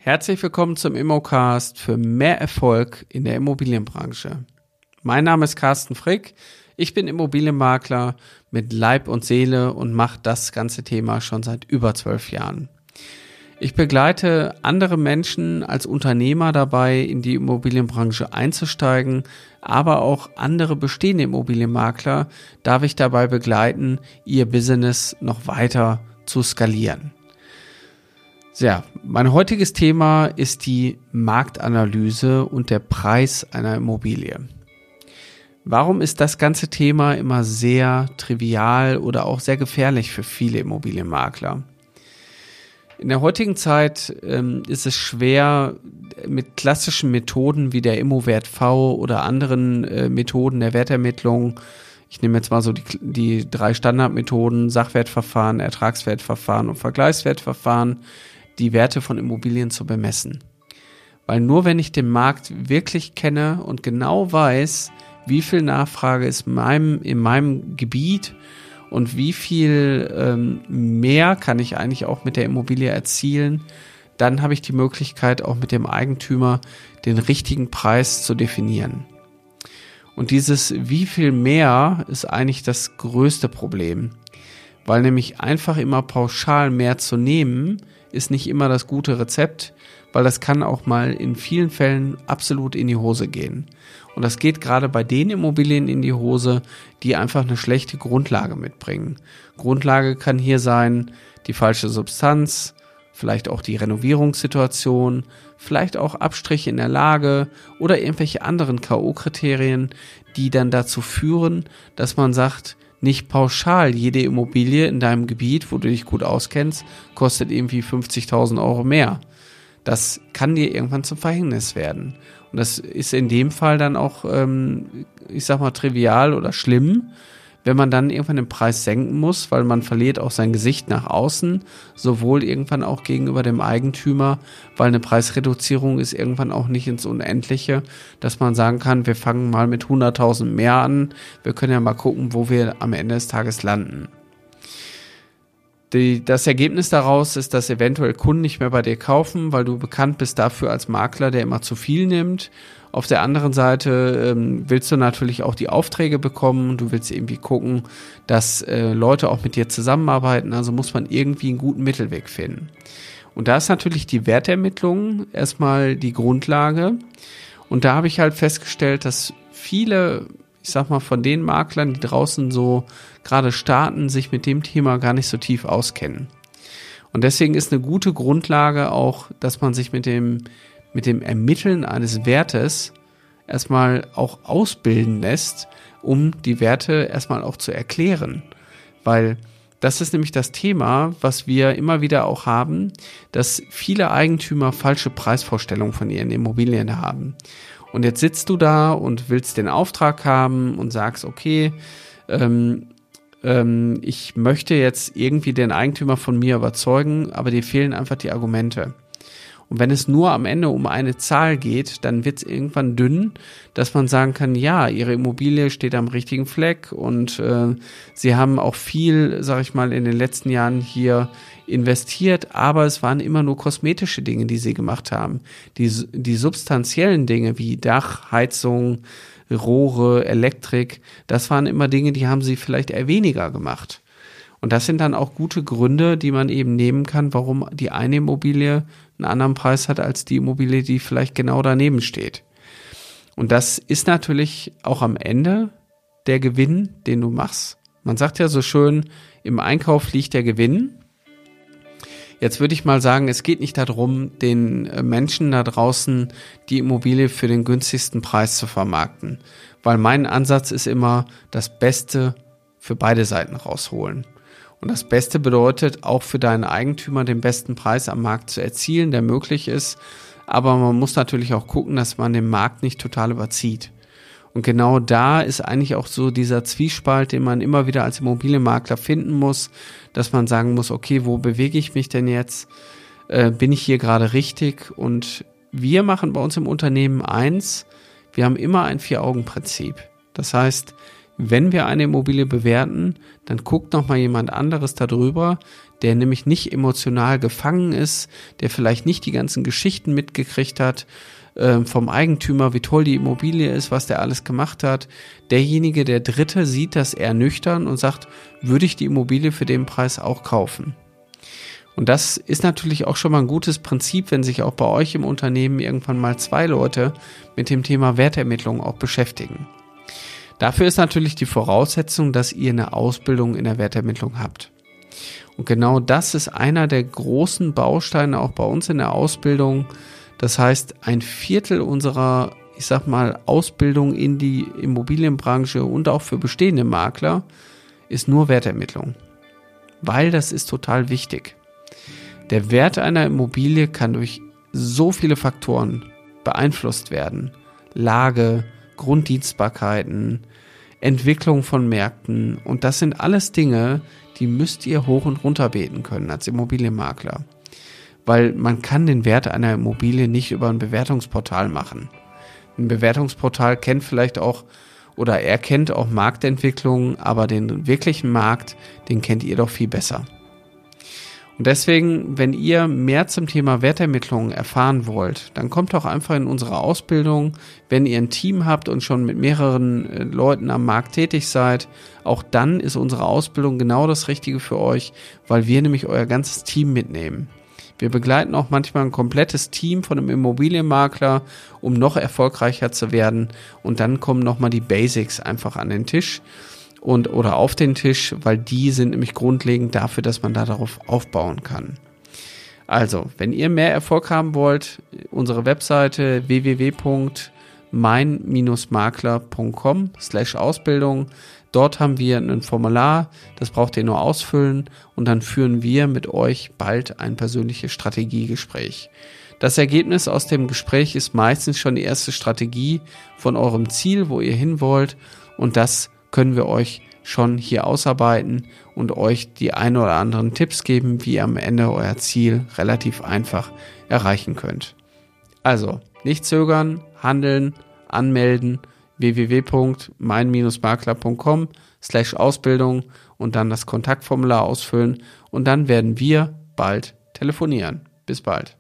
Herzlich willkommen zum Immocast für mehr Erfolg in der Immobilienbranche. Mein Name ist Carsten Frick, ich bin Immobilienmakler mit Leib und Seele und mache das ganze Thema schon seit über 12 Jahren. Ich begleite andere Menschen als Unternehmer dabei, in die Immobilienbranche einzusteigen, aber auch andere bestehende Immobilienmakler darf ich dabei begleiten, ihr Business noch weiter zu skalieren. Ja, mein heutiges Thema ist die Marktanalyse und der Preis einer Immobilie. Warum ist das ganze Thema immer sehr trivial oder auch sehr gefährlich für viele Immobilienmakler? In der heutigen Zeit ist es schwer, mit klassischen Methoden wie der Immowert V oder anderen Methoden der Wertermittlung, ich nehme jetzt mal so die 3 Standardmethoden, Sachwertverfahren, Ertragswertverfahren und Vergleichswertverfahren, die Werte von Immobilien zu bemessen. Weil nur wenn ich den Markt wirklich kenne und genau weiß, wie viel Nachfrage ist in meinem Gebiet und wie viel mehr kann ich eigentlich auch mit der Immobilie erzielen, dann habe ich die Möglichkeit, auch mit dem Eigentümer den richtigen Preis zu definieren. Und dieses wie viel mehr ist eigentlich das größte Problem, weil nämlich einfach immer pauschal mehr zu nehmen, ist nicht immer das gute Rezept, weil das kann auch mal in vielen Fällen absolut in die Hose gehen. Und das geht gerade bei den Immobilien in die Hose, die einfach eine schlechte Grundlage mitbringen. Grundlage kann hier sein, die falsche Substanz, vielleicht auch die Renovierungssituation, vielleicht auch Abstriche in der Lage oder irgendwelche anderen K.O.-Kriterien, die dann dazu führen, dass man sagt, nicht pauschal jede Immobilie in deinem Gebiet, wo du dich gut auskennst, kostet irgendwie 50.000 Euro mehr. Das kann dir irgendwann zum Verhängnis werden. Und das ist in dem Fall dann auch, ich sag mal, trivial oder schlimm, wenn man dann irgendwann den Preis senken muss, weil man verliert auch sein Gesicht nach außen, sowohl irgendwann auch gegenüber dem Eigentümer, weil eine Preisreduzierung ist irgendwann auch nicht ins Unendliche, dass man sagen kann, wir fangen mal mit 100.000 mehr an, wir können ja mal gucken, wo wir am Ende des Tages landen. Das Ergebnis daraus ist, dass eventuell Kunden nicht mehr bei dir kaufen, weil du bekannt bist dafür als Makler, der immer zu viel nimmt. Auf der anderen Seite willst du natürlich auch die Aufträge bekommen. Du willst irgendwie gucken, dass Leute auch mit dir zusammenarbeiten. Also muss man irgendwie einen guten Mittelweg finden. Und da ist natürlich die Wertermittlung erstmal die Grundlage. Und da habe ich halt festgestellt, dass viele, ich sag mal, von den Maklern, die draußen so gerade starten, sich mit dem Thema gar nicht so tief auskennen. Und deswegen ist eine gute Grundlage auch, dass man sich mit dem Ermitteln eines Wertes erstmal auch ausbilden lässt, um die Werte erstmal auch zu erklären. Weil das ist nämlich das Thema, was wir immer wieder auch haben, dass viele Eigentümer falsche Preisvorstellungen von ihren Immobilien haben. Und jetzt sitzt du da und willst den Auftrag haben und sagst, okay, ich möchte jetzt irgendwie den Eigentümer von mir überzeugen, aber dir fehlen einfach die Argumente. Und wenn es nur am Ende um eine Zahl geht, dann wird es irgendwann dünn, dass man sagen kann, ja, ihre Immobilie steht am richtigen Fleck und sie haben auch viel, sag ich mal, in den letzten Jahren hier investiert, aber es waren immer nur kosmetische Dinge, die sie gemacht haben. Die substanziellen Dinge wie Dach, Heizung, Rohre, Elektrik, das waren immer Dinge, die haben sie vielleicht eher weniger gemacht. Und das sind dann auch gute Gründe, die man eben nehmen kann, warum die eine Immobilie einen anderen Preis hat als die Immobilie, die vielleicht genau daneben steht. Und das ist natürlich auch am Ende der Gewinn, den du machst. Man sagt ja so schön, im Einkauf liegt der Gewinn. Jetzt würde ich mal sagen, es geht nicht darum, den Menschen da draußen die Immobilie für den günstigsten Preis zu vermarkten. Weil mein Ansatz ist immer, das Beste für beide Seiten rausholen. Und das Beste bedeutet auch für deinen Eigentümer den besten Preis am Markt zu erzielen, der möglich ist. Aber man muss natürlich auch gucken, dass man den Markt nicht total überzieht. Und genau da ist eigentlich auch so dieser Zwiespalt, den man immer wieder als Immobilienmakler finden muss, dass man sagen muss, okay, wo bewege ich mich denn jetzt? Bin ich hier gerade richtig? Und wir machen bei uns im Unternehmen eins, wir haben immer ein 4-Augen-Prinzip. Das heißt, wenn wir eine Immobilie bewerten, dann guckt nochmal jemand anderes darüber, der nämlich nicht emotional gefangen ist, der vielleicht nicht die ganzen Geschichten mitgekriegt hat vom Eigentümer, wie toll die Immobilie ist, was der alles gemacht hat. Derjenige, der Dritte, sieht das eher nüchtern und sagt, würde ich die Immobilie für den Preis auch kaufen? Und das ist natürlich auch schon mal ein gutes Prinzip, wenn sich auch bei euch im Unternehmen irgendwann mal 2 Leute mit dem Thema Wertermittlung auch beschäftigen. Dafür ist natürlich die Voraussetzung, dass ihr eine Ausbildung in der Wertermittlung habt. Und genau das ist einer der großen Bausteine auch bei uns in der Ausbildung. Das heißt, 1/4 unserer, Ausbildung in die Immobilienbranche und auch für bestehende Makler ist nur Wertermittlung. Weil das ist total wichtig. Der Wert einer Immobilie kann durch so viele Faktoren beeinflusst werden. Lage, Grunddienstbarkeiten, Entwicklung von Märkten, und das sind alles Dinge, die müsst ihr hoch und runter beten können als Immobilienmakler. Weil man kann den Wert einer Immobilie nicht über ein Bewertungsportal machen. Ein Bewertungsportal kennt vielleicht auch oder erkennt auch Marktentwicklungen, aber den wirklichen Markt, den kennt ihr doch viel besser. Und deswegen, wenn ihr mehr zum Thema Wertermittlung erfahren wollt, dann kommt doch einfach in unsere Ausbildung. Wenn ihr ein Team habt und schon mit mehreren Leuten am Markt tätig seid, auch dann ist unsere Ausbildung genau das Richtige für euch, weil wir nämlich euer ganzes Team mitnehmen. Wir begleiten auch manchmal ein komplettes Team von einem Immobilienmakler, um noch erfolgreicher zu werden. Und dann kommen nochmal die Basics einfach an den Tisch oder auf den Tisch, weil die sind nämlich grundlegend dafür, dass man da darauf aufbauen kann. Also, wenn ihr mehr Erfolg haben wollt, unsere Webseite www.mein-makler.com/Ausbildung. Dort haben wir ein Formular, das braucht ihr nur ausfüllen und dann führen wir mit euch bald ein persönliches Strategiegespräch. Das Ergebnis aus dem Gespräch ist meistens schon die erste Strategie von eurem Ziel, wo ihr hin wollt, und das können wir euch schon hier ausarbeiten und euch die ein oder anderen Tipps geben, wie ihr am Ende euer Ziel relativ einfach erreichen könnt. Also, nicht zögern, handeln, anmelden, www.mein-makler.com/Ausbildung und dann das Kontaktformular ausfüllen und dann werden wir bald telefonieren. Bis bald.